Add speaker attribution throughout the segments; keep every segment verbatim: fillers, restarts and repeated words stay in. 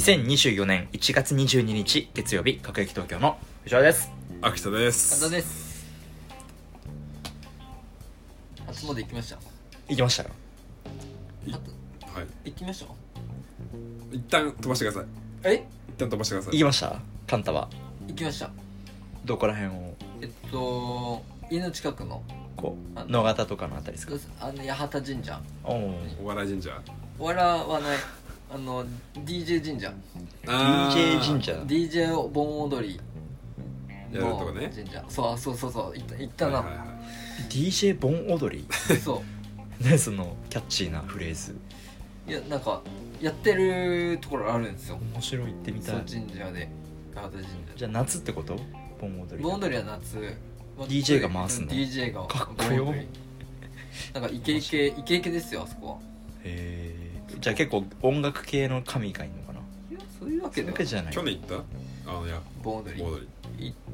Speaker 1: せんにじゅうよねんいちがつにじゅうににち月曜日、各駅東京の藤原です。
Speaker 2: 秋田です。
Speaker 3: 神田です。初詣行きました。
Speaker 1: 行きましたよ。
Speaker 2: はい
Speaker 3: 行きました。
Speaker 2: 一旦飛ばしてください。
Speaker 3: え
Speaker 2: 一旦飛ばしてください。
Speaker 1: 行きました。カンタは
Speaker 3: 行きました。
Speaker 1: どこら辺を？
Speaker 3: えっと家の近くの
Speaker 1: こう野方とかのあたりですか？
Speaker 3: あの八幡神社。
Speaker 1: おお。
Speaker 2: お笑い神社。
Speaker 3: お笑はない。あの ディージェー 神社。
Speaker 1: ディージェー 神社。
Speaker 3: ディージェー 盆踊りの
Speaker 2: やるとかね。
Speaker 3: 神社。そうそうそうそう。行った行ったな。
Speaker 2: はいはいはい、
Speaker 1: ディージェー 盆踊り。
Speaker 3: そう
Speaker 1: ね、そのキャッチーなフレーズ。
Speaker 3: いやなんかやってるところあるんですよ。
Speaker 1: 面白い、行ってみたい。
Speaker 3: そう神社で八幡神社。
Speaker 1: じゃあ夏ってこと？盆踊り。
Speaker 3: 盆踊りは夏。
Speaker 1: ディージェー が回すの？
Speaker 3: ディージェー が
Speaker 1: かっこよ。
Speaker 3: なんかイケイケイケイケですよあそこは。
Speaker 1: へえ。じゃあ結構音楽系の神がいるのかな？
Speaker 3: いやそういうわけでは
Speaker 1: じゃない。
Speaker 2: 去年行ったあのや
Speaker 3: 盆踊り
Speaker 2: 盆踊
Speaker 3: り行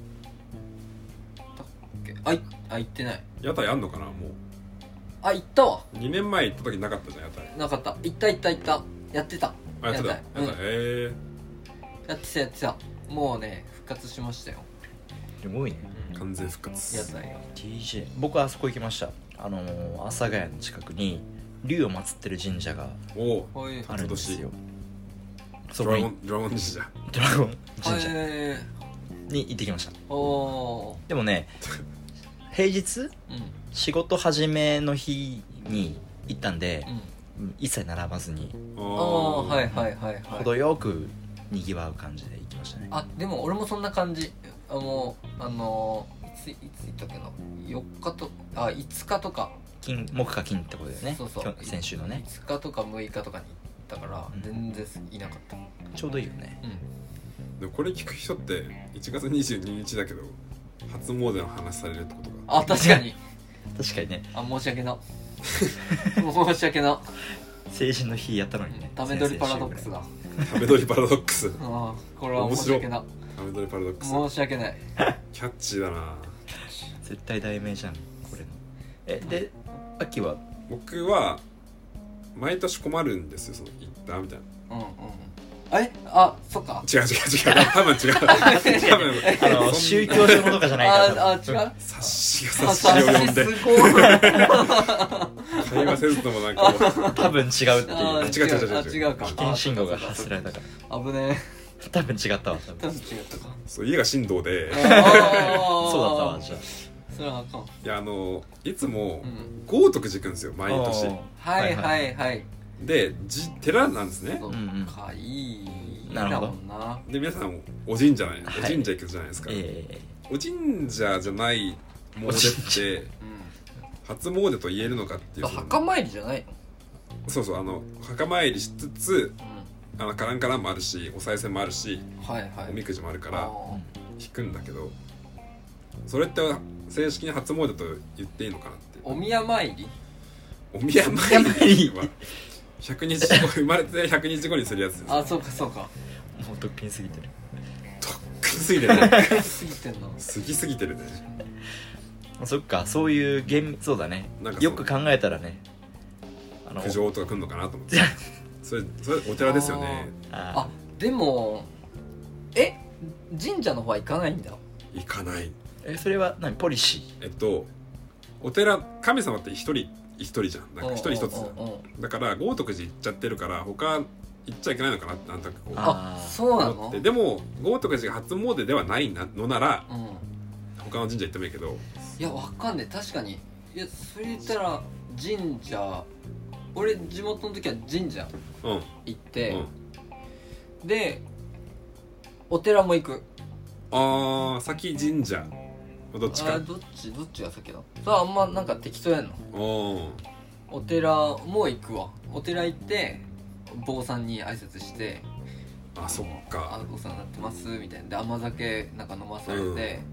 Speaker 3: ったっけ。あいあ行ってない。
Speaker 2: り屋台あんのかな。もう
Speaker 3: あ行ったわ。
Speaker 2: にねんまえ行った時なかったじゃん屋台。
Speaker 3: なかった。行った行った行ったやってた。
Speaker 2: あやってた
Speaker 3: 屋台
Speaker 2: 屋台、へえ
Speaker 3: やってたやってた。もうね復活しましたよ。
Speaker 1: すごいね。
Speaker 2: 完全復活。
Speaker 3: 屋台が
Speaker 1: ディージェー 僕はあそこ行きました。あのー、阿佐ヶ谷の近くに竜を祀ってる神社が
Speaker 2: おお
Speaker 3: こういう
Speaker 1: あるんですよ。
Speaker 2: ドラゴンドラゴン神社。
Speaker 1: ドラゴン神社
Speaker 3: へ
Speaker 1: に行ってきました。
Speaker 3: ーお
Speaker 1: でもね平日
Speaker 3: ーうん
Speaker 1: 仕事始めの日に行ったんで、
Speaker 3: うん
Speaker 1: 一切並ばずに
Speaker 3: ああはいはいはいはい。
Speaker 1: 程よくにぎわう感じで行きましたね。
Speaker 3: あでも俺もそんな感じ。あもうあのいついつ行ったっけな。よっかとあいつかとか。
Speaker 1: 金木か金ってことだよね。
Speaker 3: そうそう
Speaker 1: 今日先週のね。
Speaker 3: いつかとかむいかとかに行ったから、
Speaker 1: うん
Speaker 3: 全然いなかった。
Speaker 1: ちょうどいいよね。
Speaker 3: うん
Speaker 2: でもこれ聞く人っていちがつにじゅうににちだけど初詣の話されるってことが。
Speaker 3: あ確かに
Speaker 1: 確かにね。
Speaker 3: あ申し訳な申し訳な。
Speaker 1: 成人の日やったのにね。
Speaker 3: ダメ撮りパラドックスだ。
Speaker 2: 食べ取りパラドックス。
Speaker 3: あこれは申し訳な。
Speaker 2: 食べ取りパラドックス。
Speaker 3: 申し訳ない。
Speaker 2: キャッチーだな。
Speaker 1: 絶対題名じゃんこれの。えで秋は？
Speaker 2: 僕は毎年困るんですよ、その行ったみたいな。
Speaker 3: うんうんえあそっか
Speaker 2: 違う違う違う多分違う多分
Speaker 1: あの宗教上のとかじゃないから
Speaker 3: ああ違う
Speaker 2: 察しが察しを読んで
Speaker 3: すごい
Speaker 2: 会話せずともなんかもう
Speaker 1: 多分違うっていう
Speaker 3: あ
Speaker 2: 違う違う違う違う
Speaker 3: あ違うか
Speaker 1: 危険信号が発せられたか
Speaker 3: 危ね
Speaker 1: ら多分違ったわ多
Speaker 3: え
Speaker 1: 分。
Speaker 3: 多分違ったか
Speaker 2: そう家が神道で、
Speaker 3: あ
Speaker 1: そうだったわじゃあ。
Speaker 3: それはあかん。
Speaker 2: いやあのいつも
Speaker 3: うん
Speaker 2: 豪徳寺行くんですよ毎年。
Speaker 3: はいはいはい
Speaker 2: でじ寺なんですね。
Speaker 3: そっかいい
Speaker 1: なるほど
Speaker 3: だもんな。
Speaker 2: で皆さんお神社ないお
Speaker 1: はい
Speaker 2: 神社行くじゃないですか。
Speaker 1: え
Speaker 2: お神社じゃない詣って
Speaker 3: うん
Speaker 2: 初詣と言えるのかっていう。
Speaker 3: 墓参りじゃない
Speaker 2: そうそうあの墓参りしつつ
Speaker 3: の。
Speaker 2: あのカランカランもあるしお賽銭もあるし
Speaker 3: うんはいはい
Speaker 2: おみくじもあるから
Speaker 3: あ
Speaker 2: 引くんだけど、それって正式に初詣と言っていいのかなって。
Speaker 3: お宮参り
Speaker 2: お宮参りはひゃくにちご生まれてひゃくにちごにするやつです。
Speaker 3: あそうかそうか
Speaker 1: えもうとっくに過ぎてる。
Speaker 2: とっくに過ぎてるね
Speaker 3: 過ぎてんの
Speaker 2: 過ぎすぎてるね。
Speaker 1: そっかそういう厳そうだね
Speaker 2: なんかそう
Speaker 1: よく考えたらねあの
Speaker 2: 苦情とか来んのかなと思ってそれそれお寺ですよね。
Speaker 1: あ
Speaker 3: あでもえ神社の方は行かないんだ。
Speaker 2: 行かない。
Speaker 1: えそれは何ポリシ
Speaker 2: えっとお寺神様って一人一人じゃん。なんか一人一つ
Speaker 3: うんうんうん
Speaker 2: だから豪徳寺行っちゃってるから他行っちゃいけないのかなってなんとなくこう
Speaker 1: あ
Speaker 3: あそうなの
Speaker 2: 思って。でも豪徳寺が初詣ではないのなら
Speaker 3: うん
Speaker 2: 他の神社行ってもいいけど。
Speaker 3: いやわかんねえ確かに。いやそれ言ったら神社俺地元の時は神社
Speaker 2: うん
Speaker 3: 行っ
Speaker 2: う
Speaker 3: て、
Speaker 2: ん
Speaker 3: でお寺も行く。
Speaker 2: あー先神社どっちか。
Speaker 3: あどっちどっちが先だ。それはあんまなんか適当やんの。
Speaker 2: お
Speaker 3: お寺も行くわ。お寺行って坊さんに挨拶して
Speaker 2: あそっ
Speaker 3: あ
Speaker 2: か。
Speaker 3: お世話になってますみたいなで甘酒なんか飲まされて帰るみたいな。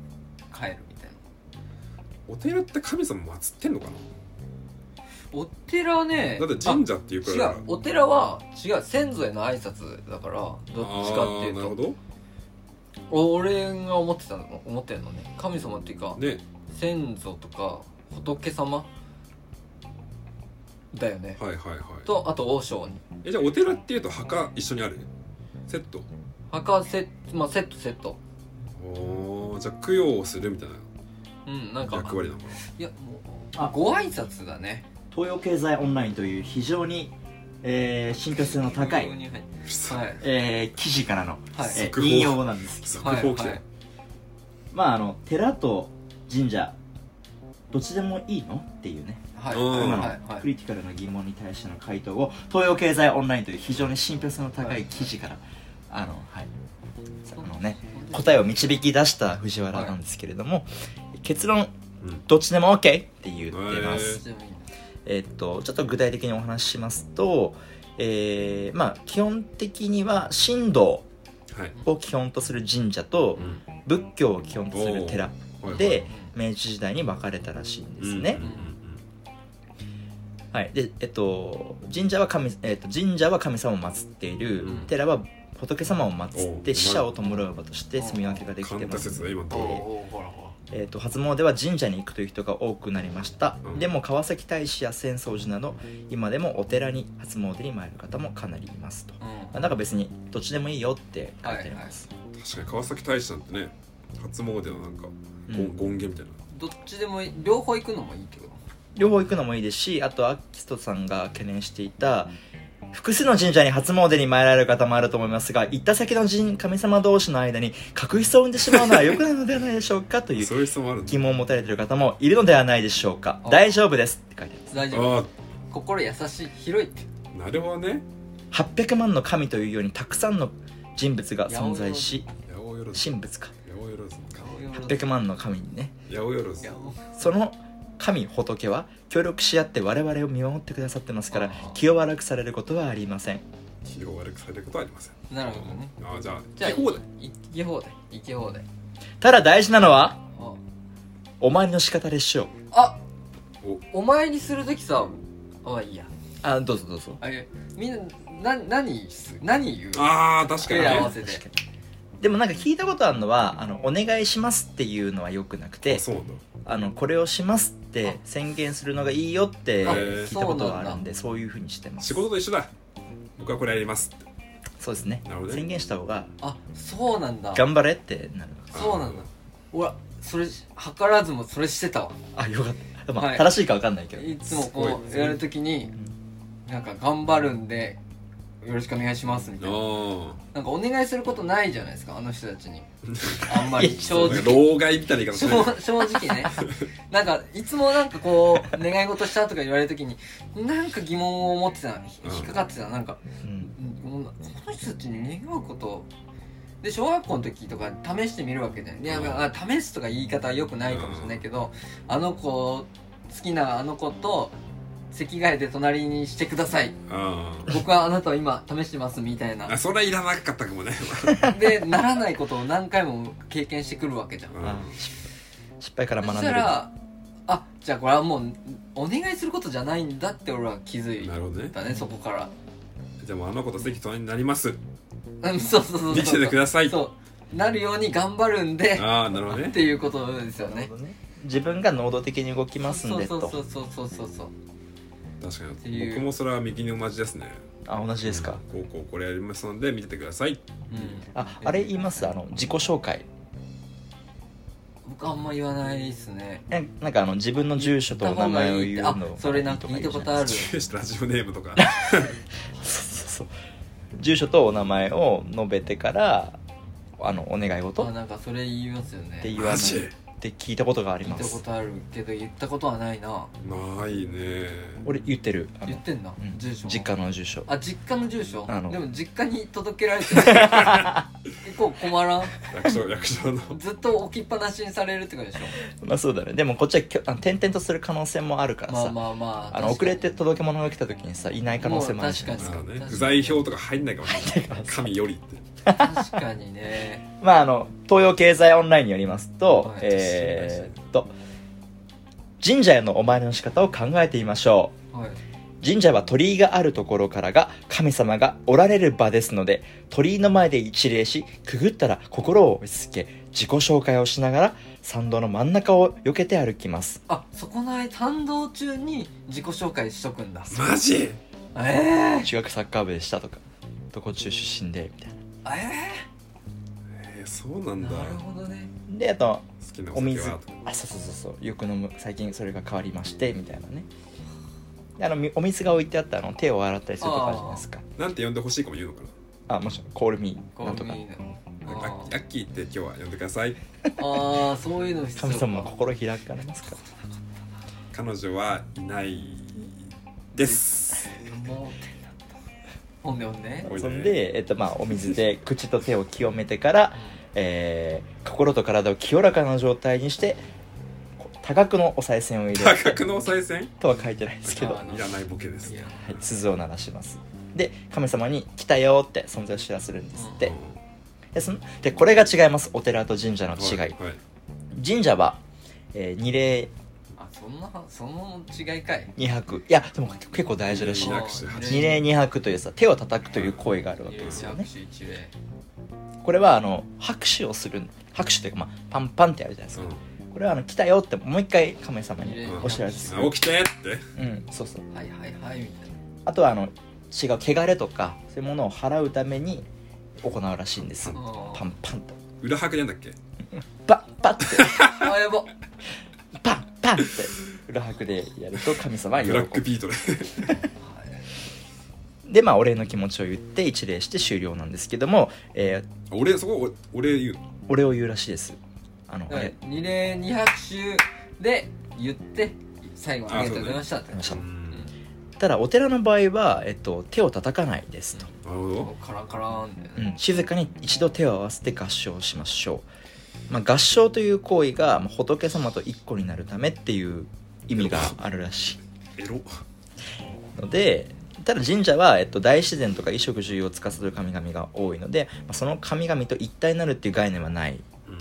Speaker 2: お寺って神様祀ってんのかな。
Speaker 3: お寺ね
Speaker 2: だって神社っていうくらいだから。
Speaker 3: 違うお寺は違う先祖への挨拶だからどっちかっていう
Speaker 2: あーなるほ
Speaker 3: と
Speaker 2: ど
Speaker 3: お俺が思ってたの思ってるのね神様っていうか
Speaker 2: ね。
Speaker 3: 先祖とか仏様だよね、
Speaker 2: はいはいはい。
Speaker 3: とあと和尚に
Speaker 2: えじゃあお寺っていうと墓一緒にある？ セット。
Speaker 3: 墓はセ,、まあ、セットセット
Speaker 2: おー、じゃあ供養をするみたいな
Speaker 3: うんなんか
Speaker 2: 役割なのか
Speaker 3: いやも
Speaker 1: あ
Speaker 3: うご挨拶だね
Speaker 1: 東洋経済オンラインという非常に、えー、信憑性の高い、
Speaker 3: はい
Speaker 2: な。
Speaker 1: えー記事からの、
Speaker 3: はい
Speaker 1: えー
Speaker 2: 速報
Speaker 1: 引用なんですけど、
Speaker 2: 速報来てる。
Speaker 1: まああの寺と神社どっちでもいいのっていうね、
Speaker 3: はい
Speaker 2: うん
Speaker 1: 今の
Speaker 3: はいはい
Speaker 1: クリティカルな疑問に対しての回答を東洋経済オンラインという非常に信憑性の高い記事から、あのはいあのね答えを導き出した藤原なんですけれども、結論
Speaker 2: うん
Speaker 1: どっちでも OK って言ってます、
Speaker 3: でもいいんだ
Speaker 1: えーっとちょっと具体的にお話ししますと、えーまあ基本的には神道
Speaker 2: はい。
Speaker 1: を基本とする神社と
Speaker 2: うん
Speaker 1: 仏教を基本とする寺
Speaker 2: はいはい
Speaker 1: で明治時代に分かれたらしいんですね、
Speaker 2: うんうん
Speaker 1: はい、で、えっと、神社は神、えっと、神社は神様を祀っている、
Speaker 2: うん
Speaker 1: 寺は仏様を祀っ
Speaker 2: おう
Speaker 1: て死者を弔う場として住み分けができ
Speaker 2: 簡単
Speaker 1: てます
Speaker 2: 説だ今のと
Speaker 3: おー
Speaker 2: こ
Speaker 3: おーほらほ
Speaker 1: えっと初詣は神社に行くという人が多くなりました、
Speaker 2: うん
Speaker 1: でも川崎大師や浅草寺など今でもお寺に初詣に参る方もかなりいますと、
Speaker 3: らうん
Speaker 1: まあなんか別にどっちでもいいよって書いてあります、
Speaker 2: 確かに川崎大師なんてね初詣のなんか
Speaker 1: うん
Speaker 2: 権限みたいな
Speaker 3: どっちでもいい両方行くのもいいってこと
Speaker 1: 両方行くのもいいですし、あとアキストさんが懸念していた複数の神社に初詣に参られる方もあると思いますが、行った先の神神様同士の間に確執を生んでしまうのは良くないのではないでしょうかという
Speaker 2: そういう質問あるんだ
Speaker 1: 疑問を持たれている方もいるのではないでしょうか。
Speaker 3: あ
Speaker 1: 大丈夫ですって書いてあります。
Speaker 3: 大丈夫
Speaker 2: あ
Speaker 3: 心優しい広いって
Speaker 2: あなるほどね。
Speaker 1: はっぴゃくまんの神というようにたくさんの人物が存在し、
Speaker 2: 八百万
Speaker 1: 神仏か
Speaker 2: 八百万
Speaker 1: はっぴゃくまんの神にね、
Speaker 2: 八百万
Speaker 1: その神仏は協力し合って我々を見守ってくださってますから
Speaker 3: あー
Speaker 1: 気を悪くされることはありません。
Speaker 2: 気を悪くされることはありません。
Speaker 3: なるほどね
Speaker 2: ああじゃあ
Speaker 3: じゃあ
Speaker 2: 行き放題。
Speaker 3: 行き放題行き放題
Speaker 1: ただ大事なのは
Speaker 3: あ
Speaker 1: お参りの仕方でしょう。
Speaker 3: あ
Speaker 2: お
Speaker 3: お参りするときさあいいや
Speaker 1: あ、どうぞどうぞ。
Speaker 3: あれみんなな何す何言う
Speaker 2: ああ確かに
Speaker 3: 手合わ
Speaker 2: ね。
Speaker 3: せて
Speaker 1: でもなんか聞いたことあるのはあのお願いしますっていうのはよくなくて
Speaker 2: あ、そうなんだ。
Speaker 1: あのこれをしますって宣言するのがいいよって
Speaker 2: あ
Speaker 1: 聞いたことがある
Speaker 3: そうなん
Speaker 1: で、そういうふうにしてます。
Speaker 2: 仕事と一緒だ。僕はこれやりますって。
Speaker 1: そうですね
Speaker 2: なるほどね
Speaker 1: 宣言した方が
Speaker 3: あそうなんだ
Speaker 1: 頑張れってなる。
Speaker 3: そうなんだほらそれ図らずもそれしてたわ
Speaker 1: あ、よかった。まあ、
Speaker 3: はい
Speaker 1: 正しいか分かんないけど。
Speaker 3: いつも
Speaker 2: すごい
Speaker 3: こうやるときになんか頑張るんでよろしくお願いしますみたいな
Speaker 2: あ
Speaker 3: なんかお願いすることないじゃないですかあの人たちにあんまり
Speaker 1: いや
Speaker 3: 正
Speaker 2: あ。なんか
Speaker 3: 直
Speaker 2: 老害みたいな言い方する。
Speaker 3: 正正直ねなんかいつもなんかこう願い事したとか言われるときになんか疑問を持ってた引っかかってたなんか
Speaker 1: うん
Speaker 3: うんこの人たちに願うことで小学校の時とか試してみるわけだよねいや、
Speaker 2: うん
Speaker 3: あ試すとか言い方はよくないかもしれないけど、あの子好きなあの子と席替えで隣にしてください
Speaker 2: あ
Speaker 3: 僕はあなたを今試してますみたいな
Speaker 2: あ。あそれはいらなかったかもね。
Speaker 3: でならないことを何回も経験してくるわけじゃん
Speaker 2: うん
Speaker 1: あ失敗から
Speaker 3: そ
Speaker 1: 学んでる。
Speaker 3: したらあじゃあこれはもうお願いすることじゃないんだって俺は気づい
Speaker 2: なるほどね。
Speaker 3: たねそこから
Speaker 2: じゃあもうあの子と席隣になります。
Speaker 3: うんそうそうそうそう
Speaker 2: 見せてください。
Speaker 3: そうなるように頑張るんで
Speaker 2: ああなるほどね
Speaker 3: って。いうことですよね
Speaker 1: なるほどね。自分が能動的に動きますんで
Speaker 3: そう
Speaker 1: と。
Speaker 3: そうそうそうそうそう
Speaker 2: 確か
Speaker 3: ていう
Speaker 2: に僕もそれは右に同じですね。
Speaker 1: あ、同じですか。
Speaker 2: こうこうこれやりますので見ててください。
Speaker 3: うん
Speaker 1: あ、あれ言いますあの自己紹介。
Speaker 3: 僕あんま言わないですね
Speaker 1: えなんかあの自分の住所とお名前を言うの
Speaker 3: あそれなんか聞いたことある
Speaker 2: 住所ラジオネームとか。
Speaker 1: そうそうそう住所とお名前を述べてからあのお願い事っ
Speaker 3: あなんかそれ言いますよね
Speaker 1: て言わない
Speaker 2: マジ
Speaker 1: って聞いたことがあり
Speaker 3: 聞い
Speaker 1: ます
Speaker 3: たことあるけど言ったことはないな
Speaker 2: ないね。
Speaker 1: 俺言ってるあの
Speaker 3: 言ってんだ、
Speaker 1: うん
Speaker 3: 住所
Speaker 1: 実家の住所
Speaker 3: あ実家の住所
Speaker 1: あの
Speaker 3: でも実家に届けられてる結構困らん
Speaker 2: 役所役所の。
Speaker 3: ずっと置きっぱなしにされるってことでしょ
Speaker 1: まあそうだねでもこっちはきょあの転々とする可能性もあるからさ、
Speaker 3: まあまあまあ
Speaker 1: あの遅れて届け物が来た時にさいない可能性もあるし
Speaker 3: もう確かに
Speaker 2: あのね、不在票とか入んないかもしれない。神よりって。
Speaker 3: 確かにね
Speaker 1: まああの東洋経済オンラインによりますと、
Speaker 3: はい
Speaker 1: えーっと神社へのお参りの仕方を考えてみましょう。
Speaker 3: はい
Speaker 1: 神社は鳥居があるところからが神様がおられる場ですので、鳥居の前で一礼し、くぐったら心を落ち着け、自己紹介をしながら参道の真ん中を避けて歩きます。
Speaker 3: あそこの間賛同中に自己紹介しとくんだ
Speaker 2: マジ？
Speaker 3: ええ
Speaker 1: 中学サッカー部でしたとか、どこ中出身でみたい
Speaker 3: え
Speaker 2: えー、そうなん
Speaker 3: ー、
Speaker 2: だ。
Speaker 3: なるほどね。
Speaker 1: であと
Speaker 2: 好きなお
Speaker 1: お水
Speaker 2: 酒は
Speaker 1: あそうそうそうそうよく飲む最近それが変わりましてみたいなね。であのみお水が置いてあったの手を洗ったりするとかじゃないですか。
Speaker 2: なんて呼んでほしいかも言うのかな。
Speaker 1: あもちろんコールミー
Speaker 3: コー
Speaker 1: なんとか
Speaker 3: ルミーの
Speaker 2: なんか
Speaker 3: あ
Speaker 2: アッキーって今日は呼んでください。
Speaker 3: ああそういうの必要
Speaker 1: 神様も心開かれますから。
Speaker 2: 彼女はいないです。
Speaker 3: もう手だったほんでほんで
Speaker 2: おいで
Speaker 1: そんで、えっとまあ、お水で口と手を清めてから、えー心と体を清らかな状態にしてこう多額のお賽銭を入れ
Speaker 2: 多
Speaker 1: て
Speaker 2: 額のお賽銭
Speaker 1: とは書いてないですけど、
Speaker 3: あ
Speaker 2: いらないボケです。
Speaker 3: いや
Speaker 1: はい、鈴を鳴らしますで神様に来たよって存在を知らせるんですって、でそのでこれが違います。お寺と神社の違い、
Speaker 2: はいはい
Speaker 1: 神社は、えー、二礼
Speaker 3: あそんなその違いかい
Speaker 1: 二拍いやでも結構大事らしい
Speaker 2: 二拍手八
Speaker 1: 二礼二拍というさ手を叩くという行為があるわけですよね。
Speaker 3: 拍手一礼
Speaker 1: これはあの拍手をする拍手というか、まあ、パンパンってやるじゃないですか、これはあの来たよってもう一回神様に
Speaker 3: うん
Speaker 1: お知らせする、
Speaker 2: うん、起きてって
Speaker 1: うんそうそう。
Speaker 3: はいはいはいみたい
Speaker 1: あとはあの違う汚れとかそういうものを払うために行うらしいんです。
Speaker 3: な
Speaker 1: パンパンと
Speaker 2: 裏拍なんだっけ。
Speaker 1: バッバッって
Speaker 3: あやば
Speaker 1: パンパンって裏拍でやると神様は喜
Speaker 2: ブラック
Speaker 1: ぶ。
Speaker 2: ビートで
Speaker 1: でまあお礼の気持ちを言って一礼して終了なんですけども、えー、
Speaker 2: 俺そこお俺言うの。
Speaker 1: お礼を言うらしいです。あの、
Speaker 3: はい
Speaker 1: あれ
Speaker 3: 二礼二拍手で言って最後ありがとうございましたって
Speaker 1: あそうね
Speaker 2: うん
Speaker 1: ただお寺の場合は、えっと、手を叩かないですと、
Speaker 2: なるほど。
Speaker 3: カランカランで
Speaker 1: うん、静かに一度手を合わせて合唱しましょう、まあ、合唱という行為がまあ仏様と一個になるためっていう意味があるらし
Speaker 2: エロ。
Speaker 1: いので、ただ神社は、えっと、大自然とか衣食住を司る神々が多いので、まあ、その神々と一体になるっていう概念はない。
Speaker 2: うん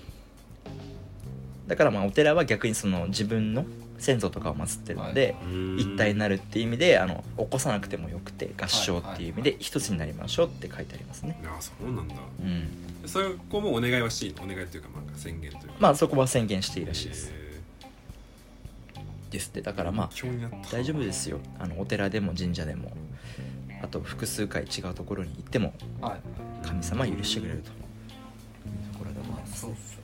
Speaker 1: だからまあお寺は逆にその自分の先祖とかを祀ってるので、
Speaker 2: うん
Speaker 1: 一体になるっていう意味であの起こさなくてもよくて合唱っていう意味で一つになりましょうって書いてありますね。
Speaker 2: ああそうなんだ。
Speaker 1: うん
Speaker 2: そこもお願いはしていいの。お願いというかまあ宣言というか。
Speaker 1: まあそこは宣言していいらしいです。
Speaker 2: え
Speaker 1: ですってだからまあ
Speaker 2: ー、になった
Speaker 1: 大丈夫ですよ。あのお寺でも神社でもあと複数回違うところに行っても
Speaker 3: はい
Speaker 1: 神様は許してくれるというところでございます。
Speaker 3: そうっす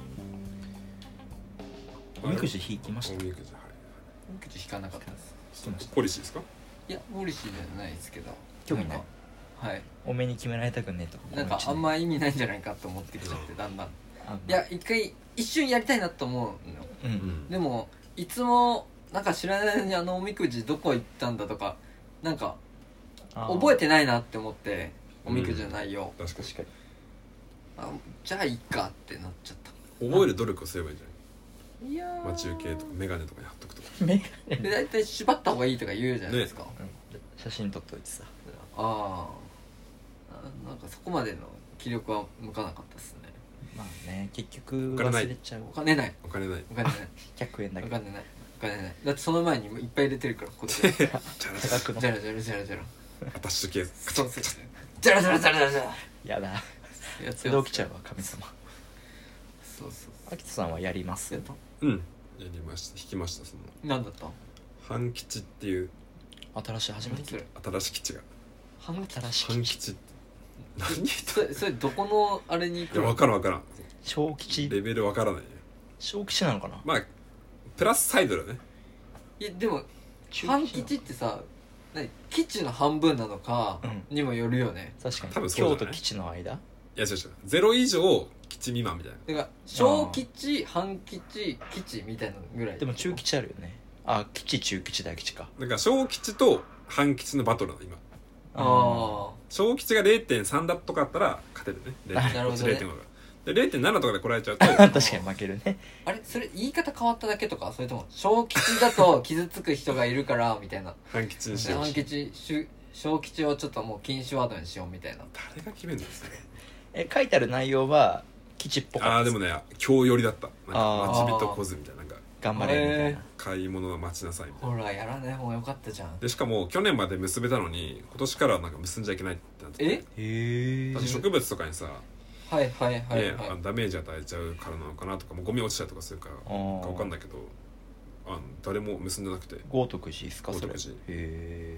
Speaker 1: おみくじ引きました。
Speaker 2: おみくじはい
Speaker 3: 口引かなかったです
Speaker 1: 引きました。
Speaker 2: ポリシーですか。
Speaker 3: いやポリシーじゃないですけど
Speaker 1: 興味ない
Speaker 3: んかはい
Speaker 1: 多めに決められたくねえと。
Speaker 3: なんかあんま意味ないんじゃないかと思ってきちゃってだんだん
Speaker 1: あんま
Speaker 3: いや一回一瞬やりたいなと思うの
Speaker 1: うん、
Speaker 2: うん
Speaker 3: でもいつもなんか知らない間にあのおみくじどこ行ったんだとかなんか覚えてないなって思っておみくじの内容、
Speaker 2: 確かに
Speaker 1: 確かに
Speaker 3: あじゃあいいかってなっちゃった
Speaker 2: 覚える努力をすればいいんじゃ
Speaker 3: いやー
Speaker 2: ない。待ち受けとかメガネとかに貼っとくとか。
Speaker 1: 目が
Speaker 3: で大体縛った方がいいとか言うじゃないですか、
Speaker 1: 写真撮っといてさ
Speaker 3: ああなんかそこまでの気力は向かなかったですね
Speaker 1: まあね結局
Speaker 2: お金ない
Speaker 1: 忘れちゃう
Speaker 3: お金ない
Speaker 2: お金ない。
Speaker 3: お金ない
Speaker 1: ひゃくえんだけ
Speaker 3: お金ないお金ないだってその前にいっぱい入れてるからこっちで
Speaker 2: チャラ
Speaker 1: 高くの
Speaker 3: ジャラジャラジャラジャラ
Speaker 2: アタッシュケース。
Speaker 3: そうそうジャラジャラジャラジャラジャラ
Speaker 1: やだ
Speaker 3: やって
Speaker 1: それで起きちゃうわ神様。
Speaker 3: そうそう
Speaker 1: 秋人さんはやります
Speaker 3: やった
Speaker 2: うん。やりました。引きましたその
Speaker 3: 何だった
Speaker 2: 半吉っていう
Speaker 1: 新しい初めて聞い
Speaker 3: 何それ
Speaker 2: 新しい吉が。
Speaker 3: 半吉
Speaker 1: た新しい
Speaker 2: 半吉って何言っ
Speaker 3: それそれどこのあれに行
Speaker 2: た。いや
Speaker 3: くの
Speaker 2: 分からん分からん。
Speaker 1: 小吉
Speaker 2: レベル分からないね。
Speaker 1: 小吉なのかな。
Speaker 2: まあプラスサイドだね。
Speaker 3: いやでも
Speaker 1: 中
Speaker 3: 半吉ってさ何吉の半分なのか
Speaker 1: うん
Speaker 3: にもよるよね、
Speaker 1: 確かに
Speaker 2: 多分そうじゃない
Speaker 1: 京と吉の間
Speaker 2: いや違う違う。ゼロ以上吉未満みたいな。
Speaker 3: だから小吉半吉吉みたいなぐらい
Speaker 1: でも中吉あるよね。あ吉中吉大吉か。
Speaker 2: だから小吉と半吉のバトルなの今。
Speaker 3: あ
Speaker 2: 小吉が れいてんさん だとかあったら勝てるね。
Speaker 3: なるほどね
Speaker 2: れいてんごがで れいてんなな とかで来られちゃうと
Speaker 1: 確かに負けるね。
Speaker 3: ああれそれ言い方変わっただけとかそれとも小吉だと傷つく人がいるからみたいな
Speaker 2: 半吉にしよう。
Speaker 3: 半吉しゅ小吉をちょっともう禁止ワードにしようみたいな
Speaker 2: 誰が決めるんですか。
Speaker 1: え書いてある内容は吉っぽかったです。
Speaker 2: ああでもね今日寄りだった。なんか
Speaker 1: あ
Speaker 3: ー
Speaker 2: 待ち人小津みたいななんか
Speaker 1: 頑張れみたいな。
Speaker 2: 買い物を待ちなさいみたいな。
Speaker 3: ほらやらない方がよかったじゃん
Speaker 2: でしかも去年まで結べたのに今年からはなんか結んじゃいけないってなってて
Speaker 3: え
Speaker 1: へえ
Speaker 2: だって植物とかにさ、
Speaker 3: はいはいはい
Speaker 2: ね
Speaker 3: はい、
Speaker 2: あのダメージ与えちゃうからなのかなとかもうゴミ落ちたりとかするから
Speaker 1: あー
Speaker 2: かわかんないけどあの誰も結んでなくて
Speaker 1: 豪徳寺ですかそれ。
Speaker 2: 豪徳寺
Speaker 1: へえ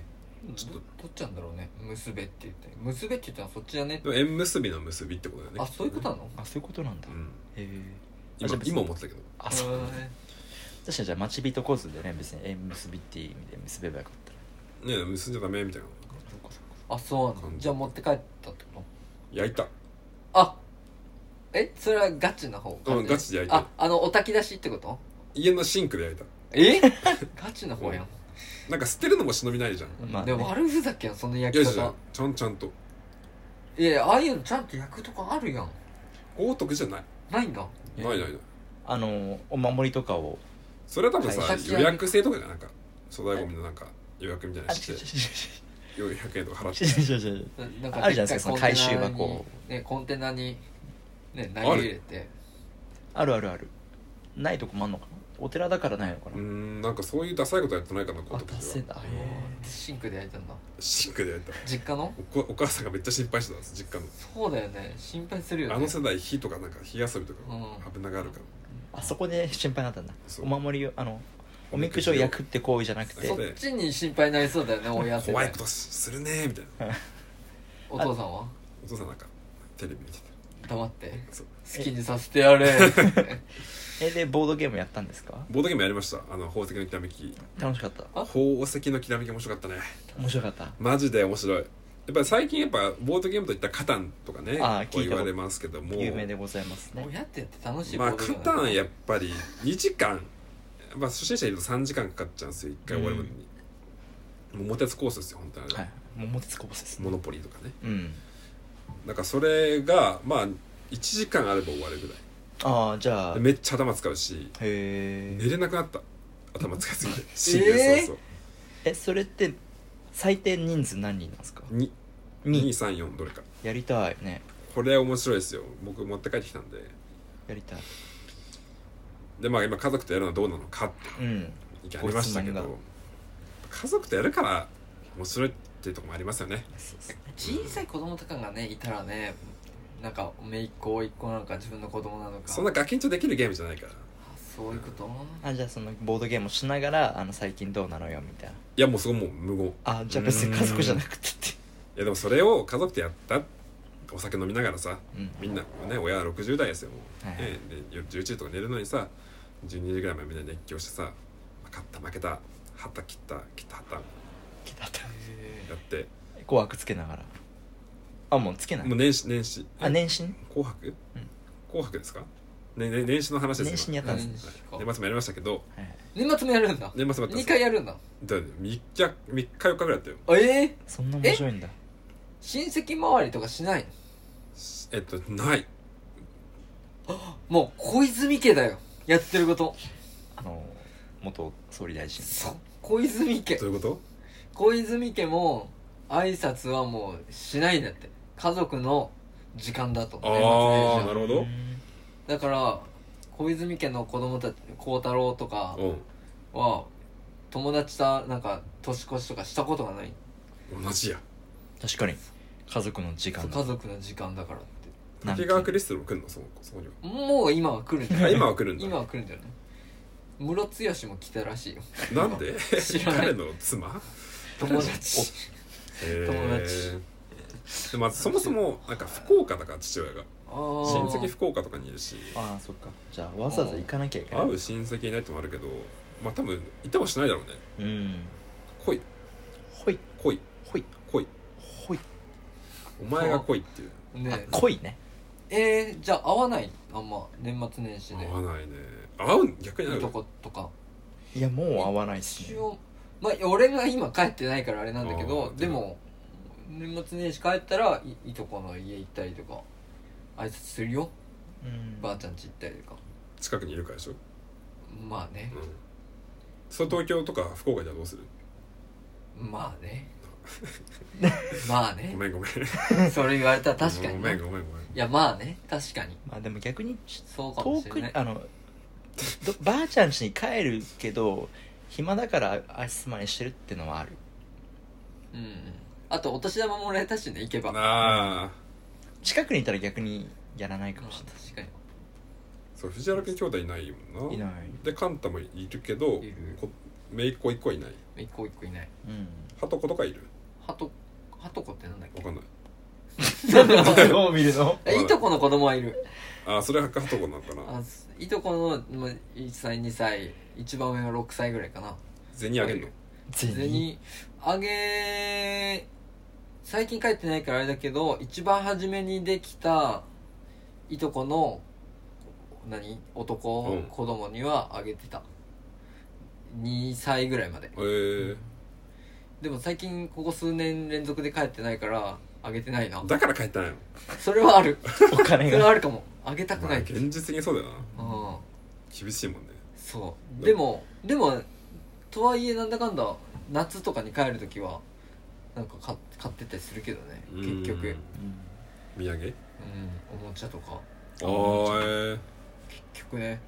Speaker 2: ちょっと
Speaker 3: どどっちなんだろうね。結べって言って結べって言ったらそっちじゃね。
Speaker 2: でも縁結びの結びってことだよね。
Speaker 3: あ、そういうことなの。
Speaker 1: あそういうことなんだ、
Speaker 2: うん。
Speaker 1: へえ
Speaker 2: 今
Speaker 1: じゃあ別に
Speaker 2: 今思ってたけど。
Speaker 1: あそう
Speaker 3: へー
Speaker 1: 確かにじゃあ待ち人コースでね別に縁結びっていう意味で結べばよかったら
Speaker 2: ねえ結んじゃダメみたいな。
Speaker 1: そうかそうか
Speaker 3: あ、そうなの。じゃあ持って帰ったってこ
Speaker 2: 焼いた。
Speaker 3: と。あ、え、それはガチな方。
Speaker 2: うんガチで焼いた
Speaker 3: あ、あのお炊き出しってこと。
Speaker 2: 家のシンクで焼いた。
Speaker 3: えガチな方やん。
Speaker 2: なんか捨てるのも忍びないじゃん。
Speaker 1: まあ、ね、
Speaker 3: でも悪ふざけやん、その焼き
Speaker 2: いやいや
Speaker 3: 方。
Speaker 2: ちゃんちゃんと
Speaker 3: いや、ああいうのちゃんと焼くとかあるやん。
Speaker 2: 豪徳じゃない。
Speaker 3: ないんだ。
Speaker 1: え
Speaker 2: ないないない。
Speaker 1: あのお守りとかを
Speaker 2: それは多分さ、
Speaker 3: はい
Speaker 2: 予約制とかじゃなんか粗大ゴミのなんか予約みたいな
Speaker 1: あ
Speaker 2: のして
Speaker 1: ちょちょち
Speaker 2: よんひゃくえんとか払って
Speaker 1: ょちょちょちょちょ
Speaker 3: ななん
Speaker 1: あるじゃないですか
Speaker 3: でっかい
Speaker 1: その回収箱
Speaker 3: コンテナにね、コンテナにね投げ入れて。
Speaker 1: あるあるあるないとこもあんのかなお寺だからないのかな、
Speaker 2: うーんなんかそういうダサいことやってないかな豪
Speaker 1: あ
Speaker 2: 徳寺は。
Speaker 1: 達成だへ
Speaker 3: シンクで焼いたんだ。
Speaker 2: シンクで焼いた。
Speaker 3: 実家の。
Speaker 2: おお母さんがめっちゃ心配してたんです実家の。
Speaker 3: そうだよね、心配するよね。
Speaker 2: あの世代火とかなんか火遊びとか
Speaker 3: うん
Speaker 2: 危ながあるから。
Speaker 1: あそこで心配になったんだ
Speaker 2: そう
Speaker 1: お守りをあのおみくじを焼くって行為じゃなくて
Speaker 3: そっちに心配になりそうだよね、親世代。
Speaker 2: 怖いことするねーみたいな。
Speaker 3: お父さんは
Speaker 2: お父さんなんかテレビ見て
Speaker 3: 黙って
Speaker 2: そう
Speaker 3: 好きにさせてやれ。
Speaker 1: えでボードゲームやったんですか
Speaker 2: ボードゲームやりました。あの宝石のきらめき。
Speaker 1: 楽しかった
Speaker 3: あ
Speaker 2: 宝石のきらめき面白かったね。
Speaker 1: 面白かった
Speaker 2: マジで面白い。やっぱり最近やっぱボードゲームといったらカタンとかね
Speaker 1: あー聞いた
Speaker 2: こう言われますけども、
Speaker 1: 有名でございますね
Speaker 3: 親ってやって楽しい
Speaker 2: まあカ
Speaker 3: ボードゲーム
Speaker 2: タンやっぱりにじかん、まあ初心者いるとさんじかんかかっちゃうんですよいっかい終わるまでに、桃鉄コースですよ本当にあれ、
Speaker 1: はい桃鉄コースですね
Speaker 2: モノポリーとかね。
Speaker 1: うん
Speaker 2: なんかそれがまあいちじかんあれば終わるぐらい
Speaker 1: ああじゃあ
Speaker 2: でめっちゃ頭使うし
Speaker 1: へえ
Speaker 2: 寝れなくなった。頭使いすぎて神経そうそう
Speaker 1: えそれって最低人数何人なんですか
Speaker 2: に
Speaker 1: に
Speaker 2: にさんよんどれか。
Speaker 1: やりたいね
Speaker 2: これ面白いですよ。僕持って帰ってきたんで。
Speaker 1: やりたい
Speaker 2: でまあ今家族とやるのはどうなのかって
Speaker 1: うん
Speaker 2: 意見ありましたけ
Speaker 1: ご質問
Speaker 2: ど、家族とやるから面白いっていうところもありますよね。
Speaker 1: そうそう
Speaker 3: 小さい子供とかがねいたらね、なんか姪っ子甥っ子なのか自分の子供なのか。
Speaker 2: そんなガキンチョできるゲームじゃないから。
Speaker 3: あ、そういうこと。
Speaker 1: あじゃあそのボードゲームをしながらあの最近どうなのよみたいない
Speaker 2: やもうそこもう無言。い
Speaker 1: あじゃあ別に家族じゃなくてって
Speaker 2: やでもそれを家族とやったお酒飲みながらさ、
Speaker 1: うん
Speaker 2: みんなね親はろくじゅう代ですよもう、
Speaker 1: はいはい
Speaker 2: ね、で夜じゅういちじとか寝るのにさじゅうにじぐらいまでみんな熱狂してさ勝った負けた旗切った切った旗や
Speaker 1: 来たと
Speaker 2: って
Speaker 1: 紅白つけながらあもうつけない
Speaker 2: もう年始年始
Speaker 1: あ年始ね
Speaker 2: 紅白、紅白ですか、ねね、年始の話ですよ
Speaker 1: 年始にやったんです
Speaker 3: 年始か
Speaker 2: はい年末もやりましたけど
Speaker 1: はい
Speaker 3: 年末もやるんだ。
Speaker 2: 年末もやったんです
Speaker 3: にかいやるんだ。
Speaker 2: だってみっかみっかよっかぐらいやったよ。
Speaker 3: あ、えー、
Speaker 1: そんな面白いんだ
Speaker 3: 親戚周りとかしない
Speaker 2: えっとない
Speaker 3: の？もう小泉家だよやってること。
Speaker 1: あの元総理大臣
Speaker 3: そう、小泉家
Speaker 2: どういうこと。
Speaker 3: 小泉家も挨拶はもうしないんだって。家族の時間だと。
Speaker 2: ああ
Speaker 3: 年末年始は
Speaker 2: なるほど。
Speaker 1: うん
Speaker 3: だから小泉家の子供たち孝太郎とか
Speaker 2: うん
Speaker 3: は友達となんか年越しとかしたことがない。
Speaker 2: 同じや。
Speaker 1: 確かに家族の時間
Speaker 3: 家族の時間だからって。
Speaker 2: 滝川クリステルも来るのそそこには。
Speaker 3: もう今は来るんじゃな
Speaker 2: あ
Speaker 3: い？
Speaker 2: 今は来るんだ。
Speaker 3: 今は来るんじゃない？ムロツヨシも来たらしいよ。
Speaker 2: なんで
Speaker 3: 知らない
Speaker 2: 彼の妻
Speaker 3: 友達。
Speaker 2: へー
Speaker 3: 友達
Speaker 2: でまあそもそもなんか福岡だから父親が
Speaker 3: あ
Speaker 2: 親
Speaker 3: ー
Speaker 2: 戚福岡とかにいるし
Speaker 1: ああそっかじゃあわざわざ行かなきゃいけない
Speaker 2: 会う親戚いないってのもあるけどまあ多分いてもしないだろうね。
Speaker 1: うん
Speaker 2: 来い
Speaker 1: ほい
Speaker 2: 来い
Speaker 1: ほい
Speaker 2: 来い
Speaker 1: ほい
Speaker 2: お前が来いっていう。
Speaker 3: ね
Speaker 1: あ濃いね
Speaker 3: えー、じゃあ会わないあんま年末年始で
Speaker 2: 合わないね。合う逆に合
Speaker 3: いうと
Speaker 2: の。
Speaker 3: ことか。
Speaker 1: いやもう合わないっすね
Speaker 3: 一応まあ俺が今帰ってないからあれなんだけ
Speaker 2: あ
Speaker 3: ど
Speaker 2: ー
Speaker 3: でも年末年始帰ったらいいとこの家行ったりとか挨拶するよ。
Speaker 1: うん
Speaker 3: ばあちゃん家行ったりとか。
Speaker 2: 近くにいるからでしょ。
Speaker 3: まあね
Speaker 2: うんそう東京とか福岡じゃどうする。
Speaker 3: まあねまあ
Speaker 2: ご
Speaker 3: ね
Speaker 2: めんごめん
Speaker 3: それ言われたら確かに
Speaker 2: ご
Speaker 3: な。い
Speaker 2: めんごめんごめん。
Speaker 3: やまあね確かに
Speaker 1: まあでも逆に
Speaker 3: そうかも
Speaker 1: 遠
Speaker 3: しれない。
Speaker 1: くにあのどばあちゃん家に帰るけど暇だから足すまにしてるってのはある
Speaker 3: うんうん。あとお年玉もらえたしね行けば。ま
Speaker 2: ああ
Speaker 1: 近くにいたら逆にやらないか
Speaker 3: あ
Speaker 1: もしれない
Speaker 3: 確かに。
Speaker 2: そう藤原君兄弟いないもんない
Speaker 1: ない
Speaker 2: でカンタもいるけど
Speaker 3: いる
Speaker 2: こ姪っ子一個いない。
Speaker 3: 一個一個いない。
Speaker 1: うん
Speaker 2: はとことかいる。
Speaker 3: はとはとこってなんだっけ。
Speaker 2: わかんない
Speaker 1: なんでどう見るの？
Speaker 3: えいとこの子供はいる。
Speaker 2: あそれははとこなのかな。
Speaker 3: あいとこのまいっさいにさい、一番上がろくさいぐらいかな。
Speaker 2: 銭あげんの？
Speaker 3: 銭あげ最近帰ってないからあれだけど、一番初めにできたいとこの何男、
Speaker 2: うん
Speaker 3: 子供にはあげてた。にさいぐらいまで。
Speaker 2: えー、
Speaker 3: でも最近ここ数年連続で帰ってないからあげてないな。
Speaker 2: だから帰ったんやろ。
Speaker 3: それはある
Speaker 1: お金
Speaker 3: それはあ
Speaker 1: が
Speaker 3: るかも。あげたく
Speaker 2: まあ、
Speaker 3: ない、
Speaker 2: 現実的にそうだよな。
Speaker 3: うん
Speaker 2: 厳しいもんね。
Speaker 3: そうでもでもとはいえなんだかんだ夏とかに帰るときはなんか買買ってたりするけどね、結局。
Speaker 2: うん土産。
Speaker 3: うんおもちゃとか
Speaker 2: ああー、え
Speaker 3: 結局ね。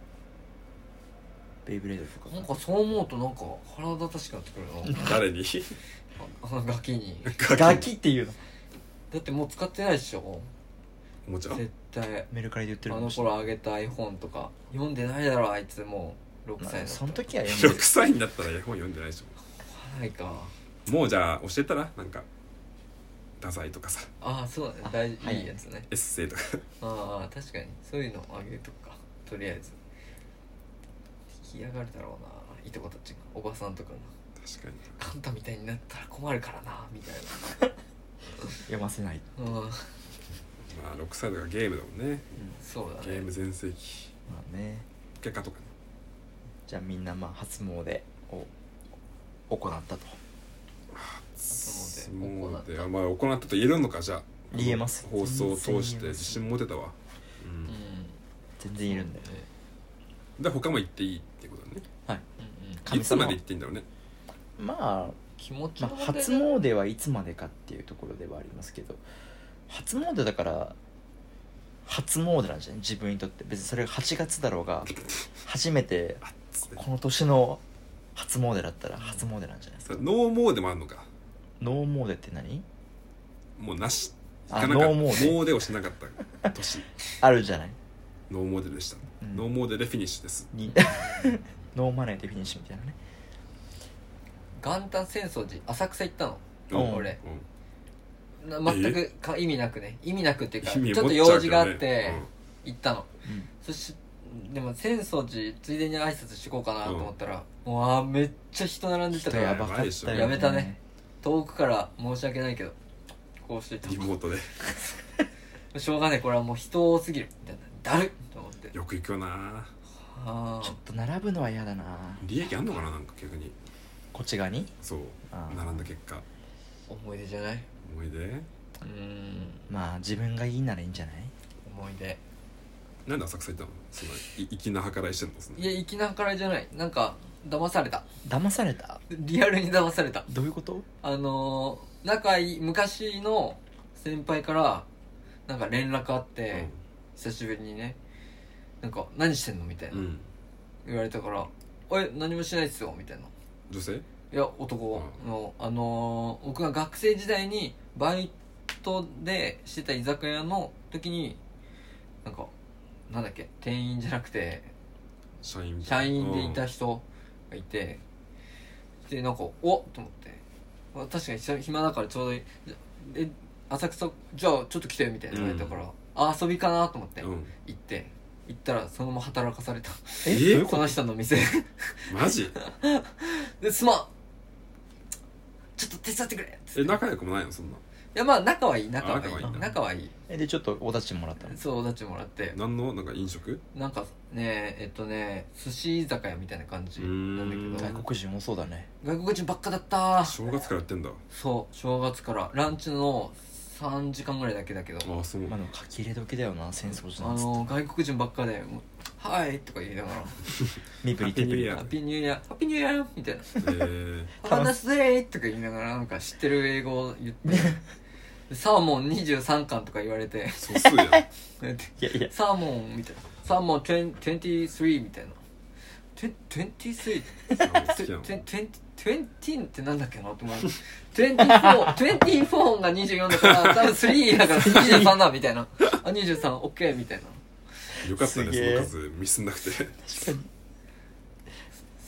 Speaker 1: ベイブレードとか
Speaker 3: なんかそう思うとなんか腹立たしくなってくるな
Speaker 2: ー、誰に？
Speaker 3: ああのガキに。
Speaker 1: ガキっていうの？
Speaker 3: だってもう使ってないでしょ
Speaker 2: おもちゃ？
Speaker 3: 絶対。
Speaker 1: メルカリで売ってる
Speaker 3: あの頃あげた絵本とか読んでないだろあいつ。もうろくさいの
Speaker 1: まあその時は読んで
Speaker 2: ろくさいになったら絵本読んでないでし
Speaker 3: ないか。
Speaker 2: ょ。もうじゃあ教えたらなんか太宰とかさ、
Speaker 3: ああそうだね、大事、
Speaker 1: はい
Speaker 3: いいやつね。
Speaker 2: エッセイとか。
Speaker 3: ああ確かにそういうのあげとくか、とりあえず。引き上がるだろうないとこたちが、おばさんとかが
Speaker 2: 確かに。
Speaker 3: カンタみたいになったら困るからなみたい
Speaker 1: 読ませない。
Speaker 3: な。うん
Speaker 2: まあろくさいとかゲームだもんね。
Speaker 3: そうだね。
Speaker 2: ゲーム全盛期。
Speaker 1: まあね。
Speaker 2: 結果とかね。
Speaker 1: じゃあみんなまあ初詣を行ったと
Speaker 3: 初
Speaker 2: も
Speaker 3: 詣行った
Speaker 2: うでまあ行ったと言えるのか。じゃあ
Speaker 1: 言えます
Speaker 2: 放送を通して
Speaker 1: 全然言えます
Speaker 2: 自信持てたわ。うん
Speaker 3: うん
Speaker 1: 全然いるんだよね。
Speaker 2: で他も行っていいってことだね。
Speaker 1: はい。
Speaker 3: うんうん
Speaker 2: い
Speaker 1: 神様
Speaker 2: つまで行っていいんだろうね。
Speaker 1: まあ、
Speaker 3: 気持ち
Speaker 1: まあ初詣はいつまでかっていうところではありますけど、初詣だから初詣なんじゃない？自分にとって。別にそれがはちがつだろうが初めて
Speaker 2: あっつって
Speaker 1: この年の初詣だったら初詣なんじゃないですか。
Speaker 2: ノーモーでもあるのか。
Speaker 1: ノー詣って何？
Speaker 2: もうなし。行
Speaker 1: あ
Speaker 2: かなかった。
Speaker 1: ノーモーデ
Speaker 2: モーデをしなかった年。
Speaker 1: あるじゃない。
Speaker 2: ノーモーデでした。
Speaker 1: うん
Speaker 2: ノーモーデでフィニッシュです。
Speaker 1: にノーマネーでフィニッシュみたいなね。
Speaker 3: 元旦浅草寺浅草行ったの、
Speaker 1: うん
Speaker 3: 俺
Speaker 2: うん
Speaker 3: な全くか意味なくね、意味なくっていうか
Speaker 2: 意味
Speaker 3: ちょっと
Speaker 2: 持っちゃうけどね
Speaker 3: 用事があって行ったの、
Speaker 1: うん
Speaker 3: そしでも浅草寺ついでに挨拶してこうかなと思ったら、もうあーめっちゃ人並んでたから
Speaker 1: 人やばかったよね。
Speaker 3: やめたね。遠くから申し訳ないけどこうしてた
Speaker 2: リモートで
Speaker 3: しょうがない、これはもう人多すぎるみたいな、だるっと思って。
Speaker 2: よく行くよな。
Speaker 3: あ
Speaker 1: ちょっと並ぶのは嫌だな。
Speaker 2: 利益あんのかな、なんか逆に。
Speaker 1: こっち側に
Speaker 2: そう
Speaker 1: あー
Speaker 2: 並んだ結果
Speaker 3: 思い出じゃない。
Speaker 2: 思い出。
Speaker 3: うーん
Speaker 1: まあ自分がいいならいいんじゃない？
Speaker 3: 思い出。
Speaker 2: なんで浅草行ったの？そのい粋な計らいしてんの？その
Speaker 3: いや粋な計らいじゃない、なんか騙された、
Speaker 1: 騙された？
Speaker 3: リアルに騙された。
Speaker 1: どういうこと？
Speaker 3: あのー、仲いい昔の先輩からなんか連絡あって、久しぶりにね、なんか何してんのみたいな、
Speaker 2: うん、うん、
Speaker 3: 言われたから「え何もしないっすよ」みたいな。
Speaker 2: 女性？
Speaker 3: いや男の、あのー、僕が学生時代にバイトでしてた居酒屋の時になんかなんだっけ、店員じゃなくて
Speaker 2: 社員みた
Speaker 3: 社
Speaker 2: いな
Speaker 3: 員でいた人がいて、でなんかおっと思って、まあ確かに久暇だからちょうどいい、え浅草じゃあちょっと来てみたいな言われたから、あ遊びかなと思って
Speaker 2: うん、うん、
Speaker 3: 行って行ったらそのまま働かされた
Speaker 1: え
Speaker 2: え
Speaker 1: どういうこと？
Speaker 3: この人の店
Speaker 2: マジ？
Speaker 3: ですまんちょっと手伝ってくれっつって。
Speaker 2: え仲良くもないのそんな？
Speaker 3: いやまあ仲はいい、仲はいい、
Speaker 2: あ仲はいいんだ
Speaker 3: 仲はいい。
Speaker 1: えでちょっとお立ちもらったの？
Speaker 3: そうお立ちもらって
Speaker 2: 何のなんか飲食？
Speaker 3: なんかねえっとね寿司居酒屋みたいな感じなんだけ
Speaker 2: うーん
Speaker 3: ど、
Speaker 1: 外国人多そうだね。
Speaker 3: 外国人ばっかだった。
Speaker 2: 正月からやってんだ。
Speaker 3: そう正月からランチのさんじかんぐらいだけだけど、
Speaker 2: ああそう。
Speaker 1: まあでも書き入れ時だよな、浅草寺なんつって。
Speaker 3: あの外国人ばっかでもうはいとか言いながら
Speaker 1: 身振り手振り
Speaker 2: ハ
Speaker 3: ハッピーニューイヤーハッピーニューイヤーみたいな
Speaker 2: えー、
Speaker 3: 話すぜとか言いながらなんか知ってる英語を言ってでサーモンにじゅうさんかんとか言われて
Speaker 2: 素数やん。
Speaker 1: いやいや
Speaker 3: サーモンみたいな、サーモンにじゅうさんみたいな、にじゅうさん
Speaker 2: 好きやん。
Speaker 3: にじゅうってなんだっけなって思う。にじゅうよん、にじゅうよんがにじゅうよんだから多分さんだからにじゅうさんだみたいな、あにじゅうさんオッケーみたいな。
Speaker 2: よかったね、そ
Speaker 1: すげえ
Speaker 2: の数ミスんなくて。
Speaker 1: 確かに。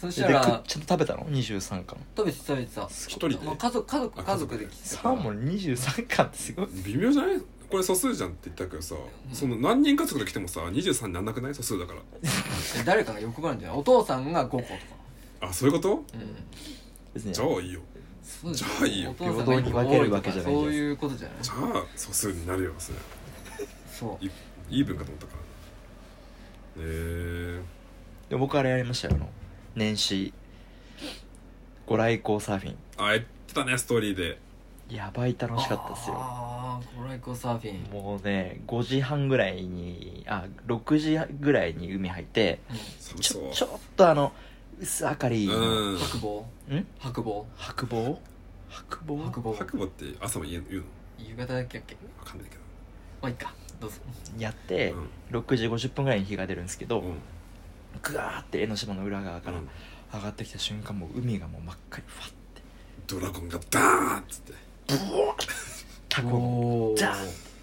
Speaker 3: そした
Speaker 1: でく
Speaker 3: ら
Speaker 1: ちゃんと食べたのにじゅうさんかん。
Speaker 3: 食べて食べてた
Speaker 2: 一人で
Speaker 3: まあ、家族家族
Speaker 2: あ
Speaker 3: 家族で来てた
Speaker 1: サ
Speaker 3: から
Speaker 1: ーモンにじゅうさんかんってすごい。
Speaker 2: 微妙じゃない？これ素数じゃんって言ったけどさ、その何人家族で来てもさにじゅうさんになんなくない？素数だから。
Speaker 3: 誰かが欲張るんじゃない？お父さんがごことか。
Speaker 2: あ、そういうこと？
Speaker 3: うん
Speaker 1: 別に
Speaker 2: じゃあいいよ。
Speaker 3: そう
Speaker 2: じゃあいいよ
Speaker 3: お父さんが
Speaker 1: 平等に分けるわけじゃない
Speaker 3: そういうことじゃない？
Speaker 2: じゃあ素数になるよそれ。
Speaker 3: そう
Speaker 2: いいい文かと思ったからへえ
Speaker 1: で僕あれやりましたよ、あの年始ご来光サーフィン。
Speaker 2: あ、やってたねストーリーで。
Speaker 1: やばい楽しかったっすよ。
Speaker 3: ああご来光サーフィン。
Speaker 1: もうねごじはんぐらいにあろくじぐらいに海入って、
Speaker 2: 寒そう。
Speaker 1: ちょちょっとあの薄明かりの、
Speaker 2: うん
Speaker 3: 白棒
Speaker 1: ん
Speaker 3: 白棒
Speaker 1: 白棒白棒
Speaker 3: 白棒
Speaker 2: 白馬って朝も言う言うの？
Speaker 3: 夕方だっけっけ
Speaker 2: わかんないけど。
Speaker 3: まあいいかどうぞ。
Speaker 1: やって、
Speaker 2: うん
Speaker 1: ろくじごじゅっぷんぐらいに日が出るんですけど、
Speaker 2: うん
Speaker 1: ぐわーって江ノ島の裏側から
Speaker 2: うん
Speaker 1: 上がってきた瞬間、もう海がもう真っ赤にファッて
Speaker 2: ドラゴンがダーンっつって。
Speaker 1: タコ
Speaker 3: おー
Speaker 1: じゃ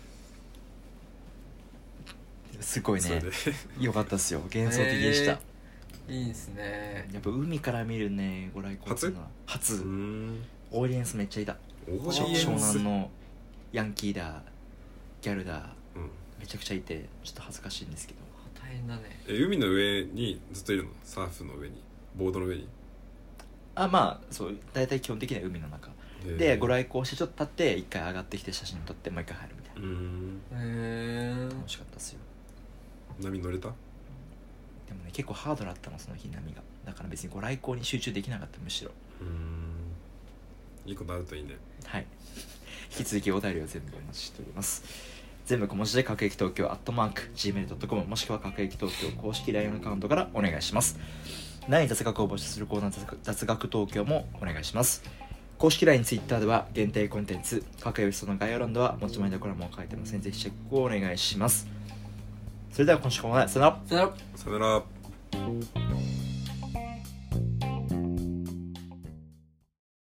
Speaker 1: すごいね
Speaker 2: それで
Speaker 1: 良かったっすよ。幻想的でした、
Speaker 3: へいいですね。
Speaker 1: やっぱ海から見るねご来光っていうのは初
Speaker 2: うーん
Speaker 1: オーディエンスめっちゃいた。
Speaker 2: オーデ
Speaker 1: 湘湘
Speaker 2: ィエンス
Speaker 1: 南のヤンキーだギャルだ
Speaker 2: うん
Speaker 1: めちゃくちゃいてちょっと恥ずかしいんですけど、
Speaker 3: 大変だね。
Speaker 2: え海の上にずっといるの？サーフの上にボードの上に
Speaker 1: あまあそう大体基本的には海の中
Speaker 2: へー
Speaker 1: でご来光してちょっと経って一回上がってきて写真撮ってもう一回入るみたいうな、
Speaker 2: ーん
Speaker 3: へえ
Speaker 1: 楽しかったっすよ。
Speaker 2: 波乗れた？
Speaker 1: でもね結構ハードだったのその日波が、だから別にご来光に集中できなかった、むしろ。
Speaker 2: うーんいいことあるといいね。
Speaker 1: はい引き続きお便りを全部お待ちしております。全部小文字で各駅東京アットマーク ジーメールドットコム もしくは各駅東京公式 ライン アカウントからお願いします。何雑学を募集するコーナー雑学雑学東京もお願いします。公式 ライン、ツイッターでは限定コンテンツ、各エピソードの概要欄では持ち前のコラムを書いてますのでぜひチェックをお願いします。それでは今週もさよなら。
Speaker 3: さよなら。
Speaker 2: さよなら。